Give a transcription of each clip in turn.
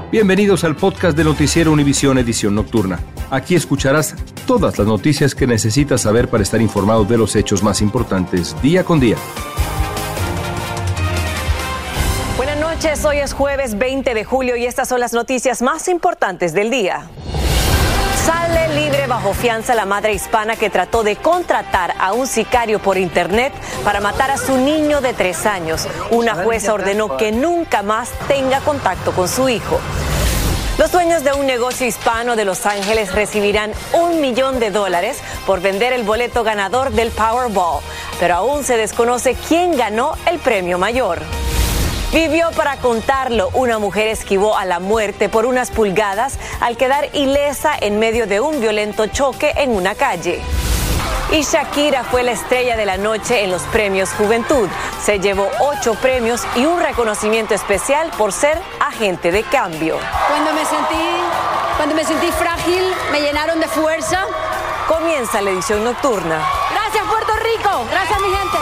Bienvenidos al podcast de Noticiero Univisión Edición Nocturna. Aquí escucharás todas las noticias que necesitas saber para estar informado de los hechos más importantes día con día. Buenas noches, hoy es jueves 20 de julio y estas son las noticias más importantes del día. Sale libre bajo fianza la madre hispana que trató de contratar a un sicario por internet para matar a su niño de 3 años. Una jueza ordenó que nunca más tenga contacto con su hijo. Los dueños de un negocio hispano de Los Ángeles recibirán $1 millón por vender el boleto ganador del Powerball, pero aún se desconoce quién ganó el premio mayor. Vivió para contarlo. Una mujer esquivó a la muerte por unas pulgadas al quedar ilesa en medio de un violento choque en una calle. Y Shakira fue la estrella de la noche en los premios Juventud. Se llevó 8 premios y un reconocimiento especial por ser agente de cambio. Cuando me sentí frágil, me llenaron de fuerza. Comienza la edición nocturna. Gracias, Puerto Rico. Gracias, mi gente.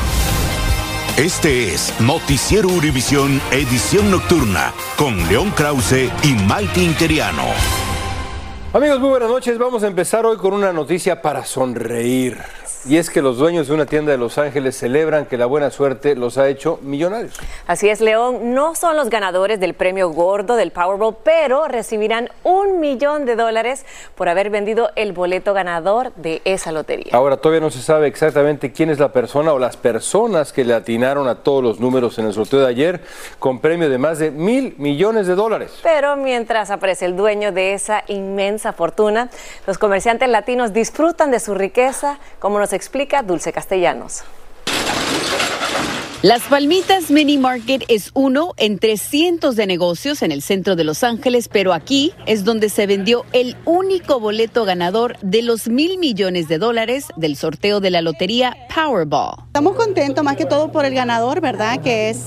Este es Noticiero Univisión Edición Nocturna con León Krause y Maite Interiano. Amigos, muy buenas noches. Vamos a empezar hoy con una noticia para sonreír. Y es que los dueños de una tienda de Los Ángeles celebran que la buena suerte los ha hecho millonarios. Así es, León. No son los ganadores del premio gordo del Powerball, pero recibirán $1 millón por haber vendido el boleto ganador de esa lotería. Ahora, todavía no se sabe exactamente quién es la persona o las personas que le atinaron a todos los números en el sorteo de ayer, con premio de más de $1,000 millones. Pero mientras aparece el dueño de esa inmensa fortuna, los comerciantes latinos disfrutan de su riqueza, como nos explica Dulce Castellanos. Las Palmitas Mini Market es uno entre cientos de negocios en el centro de Los Ángeles, pero aquí es donde se vendió el único boleto ganador de los $1,000 millones del sorteo de la lotería Powerball. Estamos contentos más que todo por el ganador, ¿verdad? Que es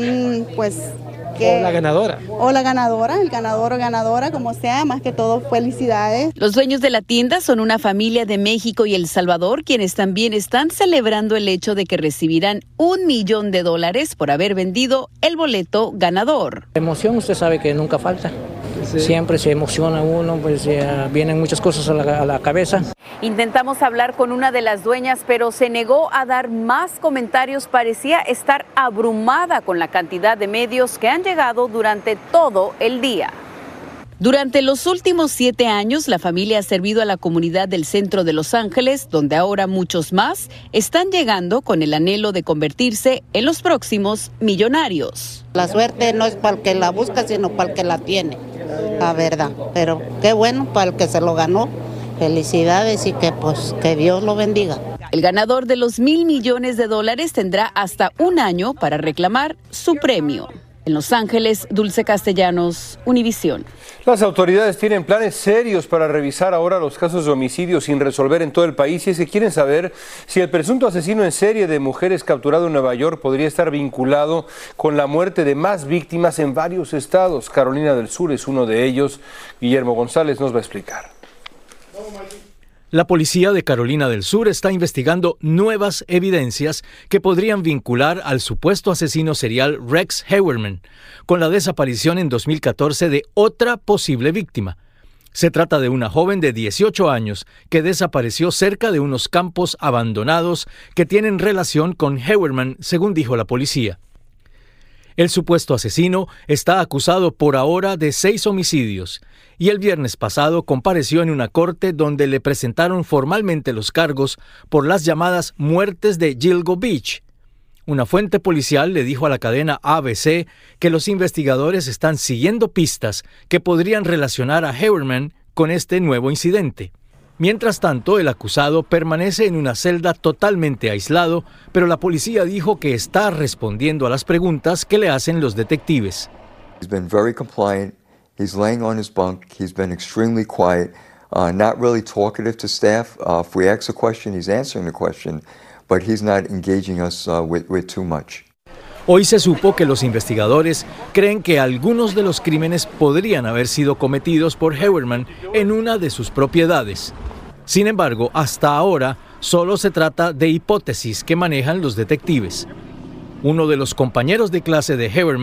o la ganadora. O la ganadora, el ganador o ganadora, como sea, más que todo felicidades. Los dueños de la tienda son una familia de México y El Salvador, quienes también están celebrando el hecho de que recibirán $1 millón por haber vendido el boleto ganador. La emoción, usted sabe que nunca falta. Sí. Siempre se emociona uno, pues vienen muchas cosas a la cabeza. Intentamos hablar con una de las dueñas, pero se negó a dar más comentarios. Parecía estar abrumada con la cantidad de medios que han llegado durante todo el día. Durante los últimos 7 años, la familia ha servido a la comunidad del centro de Los Ángeles, donde ahora muchos más están llegando con el anhelo de convertirse en los próximos millonarios. La suerte no es para el que la busca, sino para el que la tiene, la verdad. Pero qué bueno para el que se lo ganó. Felicidades y que Dios lo bendiga. El ganador de los $1,000 millones tendrá hasta un año para reclamar su premio. En Los Ángeles, Dulce Castellanos, Univisión. Las autoridades tienen planes serios para revisar ahora los casos de homicidio sin resolver en todo el país y es que quieren saber si el presunto asesino en serie de mujeres capturado en Nueva York podría estar vinculado con la muerte de más víctimas en varios estados. Carolina del Sur es uno de ellos. Guillermo González nos va a explicar. La policía de Carolina del Sur está investigando nuevas evidencias que podrían vincular al supuesto asesino serial Rex Heuermann con la desaparición en 2014 de otra posible víctima. Se trata de una joven de 18 años que desapareció cerca de unos campos abandonados que tienen relación con Heuermann, según dijo la policía. El supuesto asesino está acusado por ahora de 6 homicidios y el viernes pasado compareció en una corte donde le presentaron formalmente los cargos por las llamadas muertes de Gilgo Beach. Una fuente policial le dijo a la cadena ABC que los investigadores están siguiendo pistas que podrían relacionar a Heuermann con este nuevo incidente. Mientras tanto, el acusado permanece en una celda totalmente aislado, pero la policía dijo que está respondiendo a las preguntas que le hacen los detectives. He's been very compliant. He's laying on his bunk. He's been extremely quiet, not really talkative to staff. If we ask a question, he's answering the question, but he's not engaging us with too much. Hoy se supo que los investigadores creen que algunos de los crímenes podrían haber sido cometidos por Heuermann en una de sus propiedades. Sin embargo, hasta ahora solo se trata de hipótesis que manejan los detectives. Uno de los compañeros de clase de Heuermann,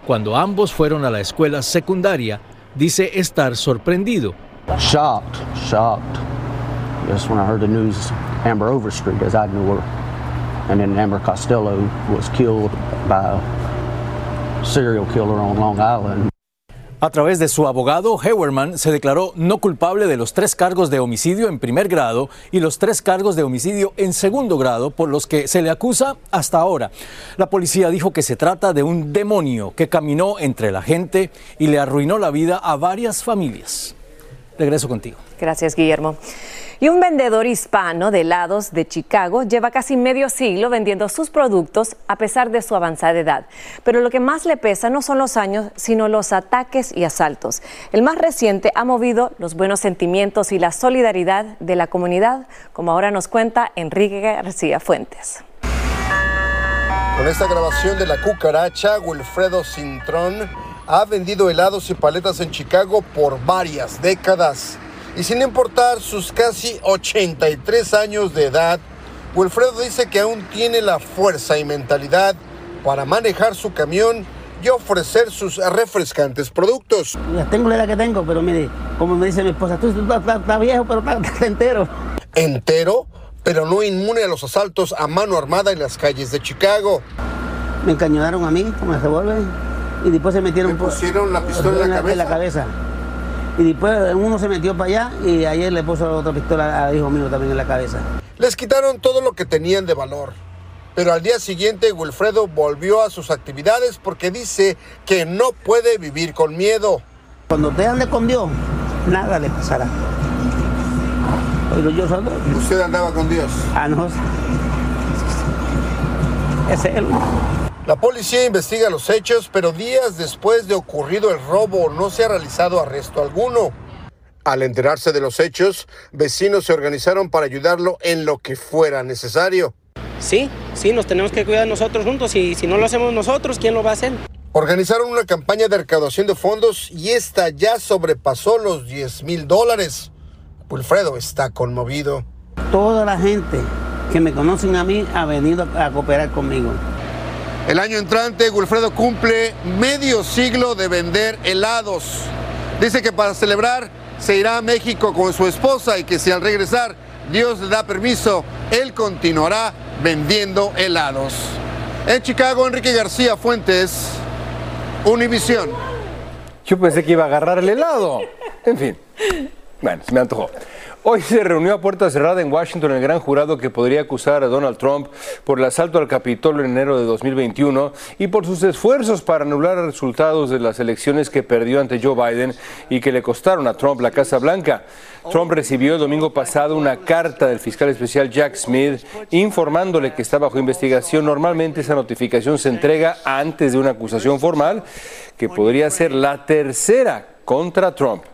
Cuando ambos fueron a la escuela secundaria, dice estar sorprendido. Shocked. Just when I heard the news, Amber Overstreet, as I knew her, and then Amber Costello was killed by a serial killer on Long Island. A través de su abogado, Hewerman se declaró no culpable de los 3 cargos de homicidio en primer grado y los 3 cargos de homicidio en segundo grado por los que se le acusa hasta ahora. La policía dijo que se trata de un demonio que caminó entre la gente y le arruinó la vida a varias familias. Regreso contigo. Gracias, Guillermo. Y un vendedor hispano de helados de Chicago lleva casi medio siglo vendiendo sus productos a pesar de su avanzada edad. Pero lo que más le pesa no son los años, sino los ataques y asaltos. El más reciente ha movido los buenos sentimientos y la solidaridad de la comunidad, como ahora nos cuenta Enrique García Fuentes. Con esta grabación de La Cucaracha, Wilfredo Cintrón ha vendido helados y paletas en Chicago por varias décadas. Y sin importar sus casi 83 años de edad, Wilfredo dice que aún tiene la fuerza y mentalidad para manejar su camión y ofrecer sus refrescantes productos. Ya tengo la edad que tengo, pero mire, como me dice mi esposa, tú estás viejo, pero estás entero. ¿Entero? Pero no inmune a los asaltos a mano armada en las calles de Chicago. Me encañonaron a mí con el revólver y después se metieron... ¿Me pusieron la pistola en la cabeza? Y después uno se metió para allá y ayer le puso otra pistola a hijo mío también en la cabeza. Les quitaron todo lo que tenían de valor. Pero al día siguiente Wilfredo volvió a sus actividades porque dice que no puede vivir con miedo. Cuando te ande con Dios, nada le pasará. ¿Usted andaba con Dios? Ah, no. Es él. La policía investiga los hechos, pero días después de ocurrido el robo no se ha realizado arresto alguno. Al enterarse de los hechos, vecinos se organizaron para ayudarlo en lo que fuera necesario. Sí, nos tenemos que cuidar nosotros juntos y si no lo hacemos nosotros, ¿quién lo va a hacer? Organizaron una campaña de recaudación de fondos y esta ya sobrepasó los $10,000. Wilfredo está conmovido. Toda la gente que me conocen a mí ha venido a cooperar conmigo. El año entrante, Wilfredo cumple medio siglo de vender helados. Dice que para celebrar se irá a México con su esposa y que si al regresar Dios le da permiso, él continuará vendiendo helados. En Chicago, Enrique García Fuentes, Univisión. Yo pensé que iba a agarrar el helado. En fin, bueno, se me antojó. Hoy se reunió a puerta cerrada en Washington el gran jurado que podría acusar a Donald Trump por el asalto al Capitolio en enero de 2021 y por sus esfuerzos para anular los resultados de las elecciones que perdió ante Joe Biden y que le costaron a Trump la Casa Blanca. Trump recibió el domingo pasado una carta del fiscal especial Jack Smith informándole que está bajo investigación. Normalmente esa notificación se entrega antes de una acusación formal que podría ser la tercera contra Trump.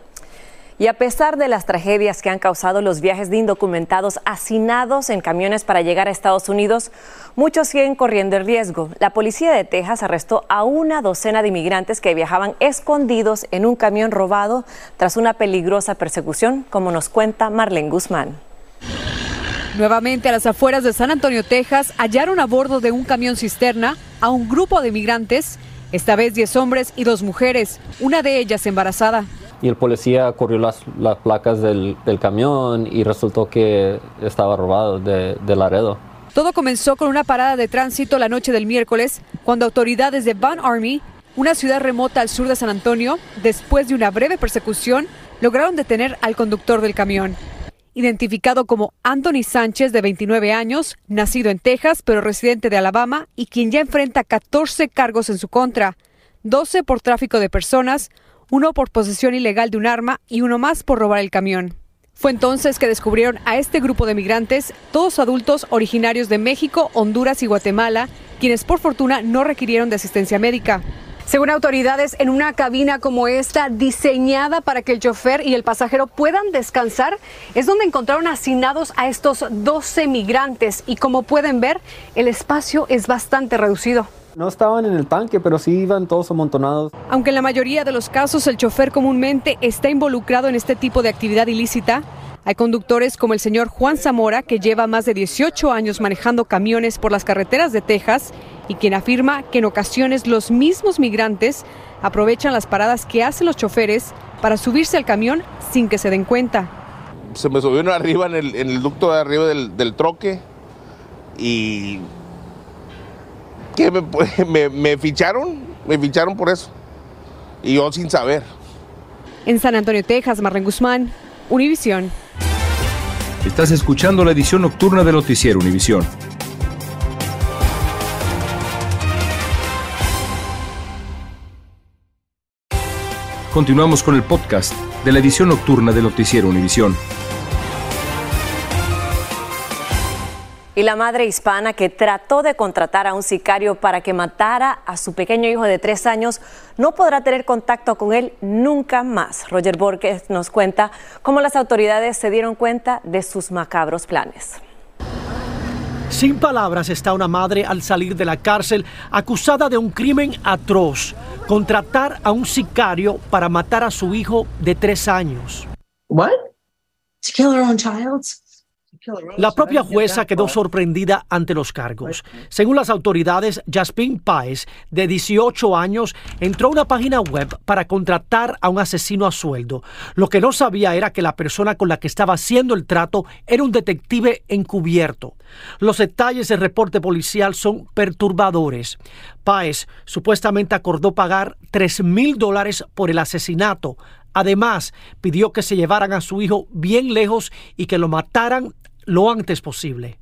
Y a pesar de las tragedias que han causado los viajes de indocumentados hacinados en camiones para llegar a Estados Unidos, muchos siguen corriendo el riesgo. La policía de Texas arrestó a una docena de inmigrantes que viajaban escondidos en un camión robado tras una peligrosa persecución, como nos cuenta Marlene Guzmán. Nuevamente a las afueras de San Antonio, Texas, hallaron a bordo de un camión cisterna a un grupo de inmigrantes, esta vez 10 hombres y 2 mujeres, una de ellas embarazada. Y el policía corrió las placas del camión y resultó que estaba robado de Laredo. Todo comenzó con una parada de tránsito la noche del miércoles, cuando autoridades de Van Army, una ciudad remota al sur de San Antonio, después de una breve persecución, lograron detener al conductor del camión. Identificado como Anthony Sánchez, de 29 años, nacido en Texas, pero residente de Alabama, y quien ya enfrenta 14 cargos en su contra, 12 por tráfico de personas, 1 por posesión ilegal de un arma y 1 más por robar el camión. Fue entonces que descubrieron a este grupo de migrantes, todos adultos originarios de México, Honduras y Guatemala, quienes por fortuna no requirieron de asistencia médica. Según autoridades, en una cabina como esta, diseñada para que el chofer y el pasajero puedan descansar, es donde encontraron hacinados a estos 12 migrantes. Y como pueden ver, el espacio es bastante reducido. No estaban en el tanque, pero sí iban todos amontonados. Aunque en la mayoría de los casos el chofer comúnmente está involucrado en este tipo de actividad ilícita, Hay conductores como el señor Juan Zamora, que lleva más de 18 años manejando camiones por las carreteras de Texas y quien afirma que en ocasiones los mismos migrantes aprovechan las paradas que hacen los choferes para subirse al camión sin que se den cuenta. Se me subió uno arriba en el ducto de arriba del troque y que me ficharon por eso y yo sin saber. En San Antonio, Texas, Marlene Guzmán, Univisión. Estás escuchando la edición nocturna de Noticiero Univisión. Continuamos con el podcast de la edición nocturna de Noticiero Univisión. Y la madre hispana que trató de contratar a un sicario para que matara a su pequeño hijo de 3 años no podrá tener contacto con él nunca más. Roger Borges nos cuenta cómo las autoridades se dieron cuenta de sus macabros planes. Sin palabras está una madre al salir de la cárcel acusada de un crimen atroz: contratar a un sicario para matar a su hijo de 3 años. What? To kill her own child? La propia jueza quedó sorprendida ante los cargos. Según las autoridades, Jasmine Páez, de 18 años, entró a una página web para contratar a un asesino a sueldo. Lo que no sabía era que la persona con la que estaba haciendo el trato era un detective encubierto. Los detalles del reporte policial son perturbadores. Páez supuestamente acordó pagar $3,000 por el asesinato. Además, pidió que se llevaran a su hijo bien lejos y que lo mataran lo antes posible.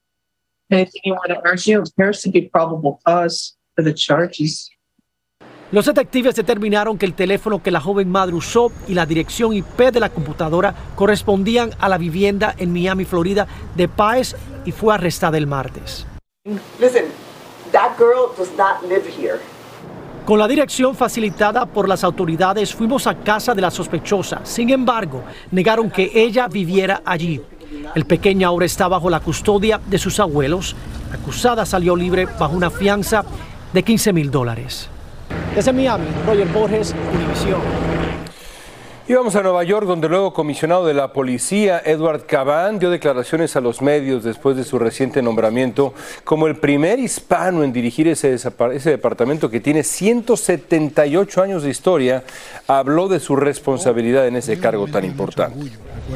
Los detectives determinaron que el teléfono que la joven madre usó y la dirección IP de la computadora correspondían a la vivienda en Miami, Florida, de Páez, y fue arrestada el martes. Listen, that girl does not live here. Con la dirección facilitada por las autoridades, fuimos a casa de la sospechosa. Sin embargo, negaron que ella viviera allí. El pequeño ahora está bajo la custodia de sus abuelos. La acusada salió libre bajo una fianza de $15,000. Desde Miami, Roger Borges, Univisión. Y vamos a Nueva York, donde el nuevo comisionado de la policía, Edward Caban, dio declaraciones a los medios después de su reciente nombramiento como el primer hispano en dirigir ese departamento que tiene 178 años de historia. Habló de su responsabilidad en ese cargo tan importante.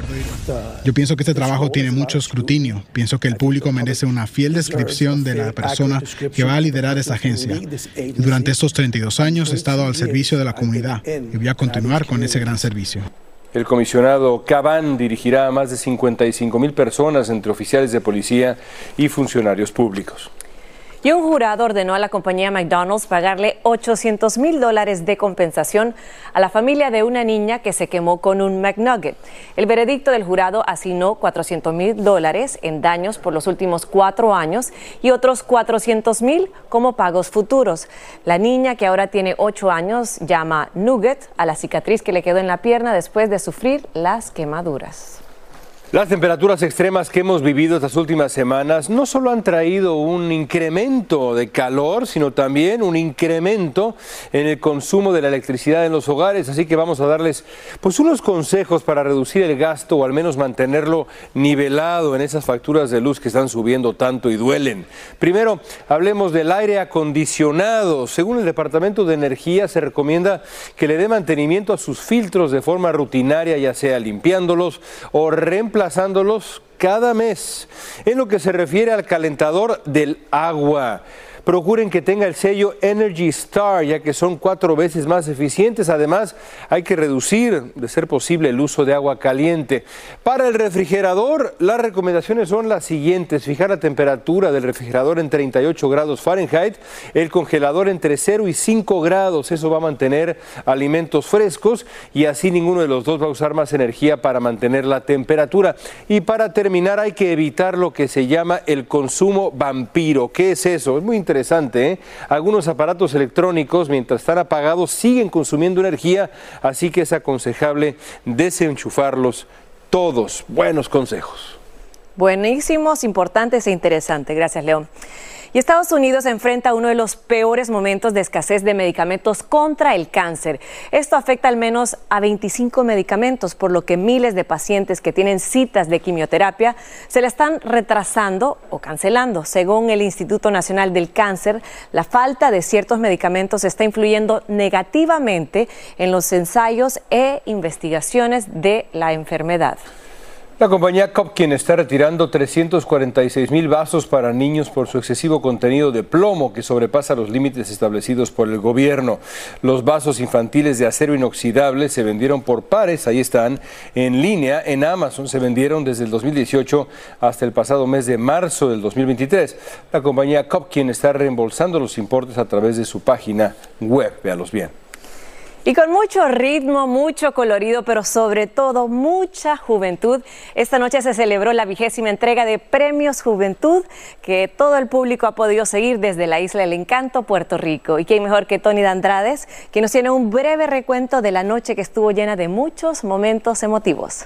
Yo pienso que este trabajo tiene mucho escrutinio. Pienso que el público merece una fiel descripción de la persona que va a liderar esta agencia. Durante estos 32 años he estado al servicio de la comunidad y voy a continuar con ese gran servicio. El comisionado Caban dirigirá a más de 55,000 personas entre oficiales de policía y funcionarios públicos. Y un jurado ordenó a la compañía McDonald's pagarle $800,000 de compensación a la familia de una niña que se quemó con un McNugget. El veredicto del jurado asignó $400,000 en daños por los últimos 4 años y otros $400,000 como pagos futuros. La niña, que ahora tiene 8 años, llama Nugget a la cicatriz que le quedó en la pierna después de sufrir las quemaduras. Las temperaturas extremas que hemos vivido estas últimas semanas no solo han traído un incremento de calor, sino también un incremento en el consumo de la electricidad en los hogares. Así que vamos a darles unos consejos para reducir el gasto o al menos mantenerlo nivelado en esas facturas de luz que están subiendo tanto y duelen. Primero, hablemos del aire acondicionado. Según el Departamento de Energía, se recomienda que le dé mantenimiento a sus filtros de forma rutinaria, ya sea limpiándolos o reemplazándolos cada mes. En lo que se refiere al calentador del agua, procuren que tenga el sello Energy Star, ya que son 4 veces más eficientes. Además, hay que reducir, de ser posible, el uso de agua caliente. Para el refrigerador, las recomendaciones son las siguientes: fijar la temperatura del refrigerador en 38 grados Fahrenheit, el congelador entre 0 y 5 grados. Eso va a mantener alimentos frescos y así ninguno de los dos va a usar más energía para mantener la temperatura. Y para terminar, hay que evitar lo que se llama el consumo vampiro. ¿Qué es eso? Es muy interesante, ¿eh? Algunos aparatos electrónicos, mientras están apagados, siguen consumiendo energía, así que es aconsejable desenchufarlos todos. Buenos consejos. Buenísimos, importantes e interesantes. Gracias, León. Y Estados Unidos enfrenta uno de los peores momentos de escasez de medicamentos contra el cáncer. Esto afecta al menos a 25 medicamentos, por lo que miles de pacientes que tienen citas de quimioterapia se la están retrasando o cancelando. Según el Instituto Nacional del Cáncer, la falta de ciertos medicamentos está influyendo negativamente en los ensayos e investigaciones de la enfermedad. La compañía Kopkin está retirando 346,000 vasos para niños por su excesivo contenido de plomo que sobrepasa los límites establecidos por el gobierno. Los vasos infantiles de acero inoxidable se vendieron por pares, ahí están, en línea en Amazon. Se vendieron desde el 2018 hasta el pasado mes de marzo del 2023. La compañía Kopkin está reembolsando los importes a través de su página web. Véalos bien. Y con mucho ritmo, mucho colorido, pero sobre todo mucha juventud, esta noche se celebró la 20ª entrega de Premios Juventud, que todo el público ha podido seguir desde la Isla del Encanto, Puerto Rico. Y quién mejor que Tony Dandrades, que nos tiene un breve recuento de la noche que estuvo llena de muchos momentos emotivos.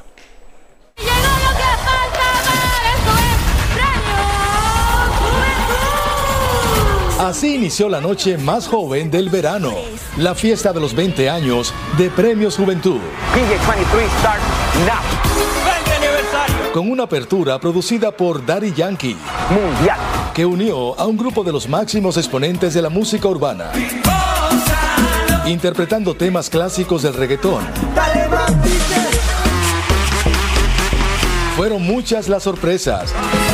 Así inició la noche más joven del verano, la fiesta de los 20 años de Premios Juventud. Con una apertura producida por Daddy Yankee, mundial, que unió a un grupo de los máximos exponentes de la música urbana, interpretando temas clásicos del reggaetón. Fueron muchas las sorpresas.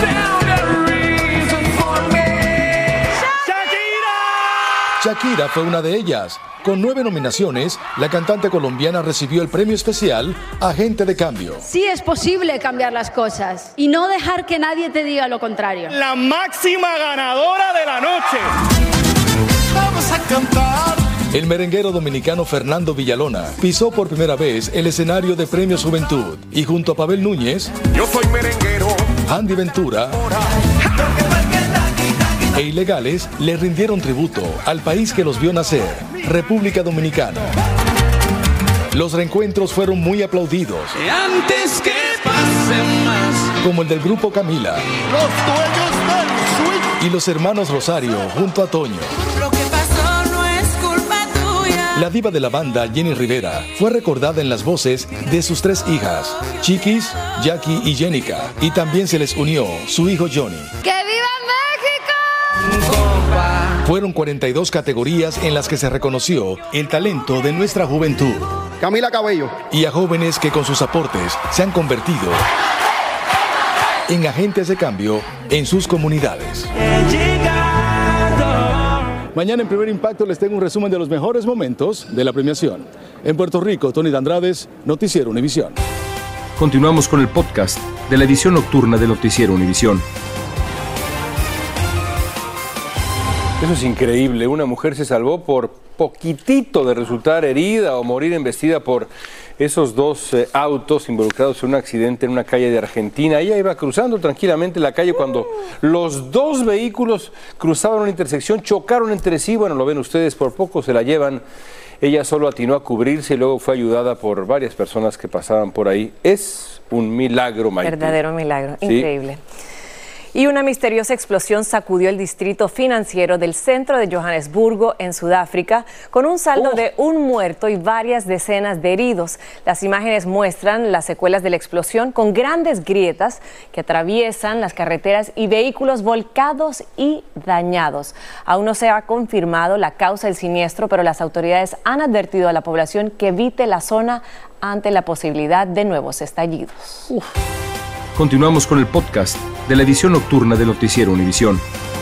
Shakira fue una de ellas. Con 9 nominaciones, la cantante colombiana recibió el premio especial Agente de Cambio. Sí es posible cambiar las cosas y no dejar que nadie te diga lo contrario. La máxima ganadora de la noche. Vamos a cantar. El merenguero dominicano Fernando Villalona pisó por primera vez el escenario de Premios Juventud y junto a Pavel Núñez, yo soy merenguero, Andy Ventura e Ilegales le rindieron tributo al país que los vio nacer, República Dominicana. Los reencuentros fueron muy aplaudidos. Y antes que pase más, como el del grupo Camila, los dueños del swing y los hermanos Rosario junto a Toño. Lo que pasó no es culpa tuya. La diva de la banda, Jenny Rivera, fue recordada en las voces de sus 3 hijas, Chiquis, Jackie y Jenica, y también se les unió su hijo Johnny. ¡Que viva México! Fueron 42 categorías en las que se reconoció el talento de nuestra juventud. Camila Cabello. Y a jóvenes que con sus aportes se han convertido en agentes de cambio en sus comunidades. Mañana en Primer Impacto les tengo un resumen de los mejores momentos de la premiación. En Puerto Rico, Tony Dandrades, Noticiero Univisión. Continuamos con el podcast de la edición nocturna de Noticiero Univisión. Eso es increíble. Una mujer se salvó por poquitito de resultar herida o morir embestida por esos 2 autos involucrados en un accidente en una calle de Argentina. Ella iba cruzando tranquilamente la calle cuando los 2 vehículos cruzaban una intersección, chocaron entre sí. Bueno, lo ven ustedes, por poco se la llevan. Ella solo atinó a cubrirse y luego fue ayudada por varias personas que pasaban por ahí. Es un milagro, Maite. Verdadero milagro, ¿Sí? Increíble. Y una misteriosa explosión sacudió el distrito financiero del centro de Johannesburgo, en Sudáfrica, con un saldo de 1 muerto y varias decenas de heridos. Las imágenes muestran las secuelas de la explosión con grandes grietas que atraviesan las carreteras y vehículos volcados y dañados. Aún no se ha confirmado la causa del siniestro, pero las autoridades han advertido a la población que evite la zona ante la posibilidad de nuevos estallidos. Continuamos con el podcast de la edición nocturna de Noticiero Univisión.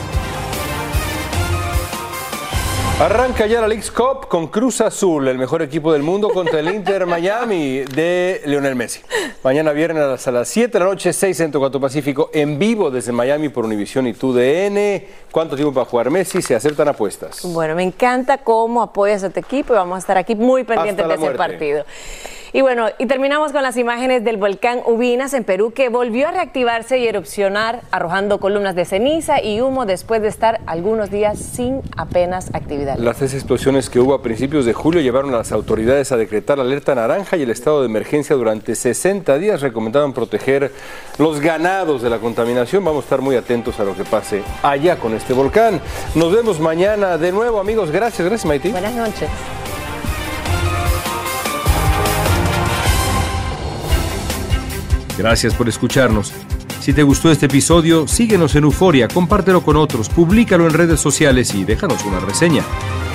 Arranca ya la Leagues Cup con Cruz Azul, el mejor equipo del mundo, contra el Inter Miami de Lionel Messi. Mañana viernes a las 7 de la noche, 6 Centro 4 Pacífico, en vivo desde Miami por Univisión y TUDN. ¿Cuánto tiempo para jugar Messi? Se aceptan apuestas. Bueno, me encanta cómo apoyas a tu equipo y vamos a estar aquí muy pendientes de ese partido. Y bueno, y terminamos con las imágenes del volcán Ubinas en Perú, que volvió a reactivarse y erupcionar, arrojando columnas de ceniza y humo después de estar algunos días sin apenas actividad. Las 3 explosiones que hubo a principios de julio llevaron a las autoridades a decretar la alerta naranja y el estado de emergencia durante 60 días. Recomendaban proteger los ganados de la contaminación. Vamos a estar muy atentos a lo que pase allá con este volcán. Nos vemos mañana de nuevo, amigos. Gracias, Maite. Buenas noches. Gracias por escucharnos. Si te gustó este episodio, síguenos en Euforia, compártelo con otros, públicalo en redes sociales y déjanos una reseña.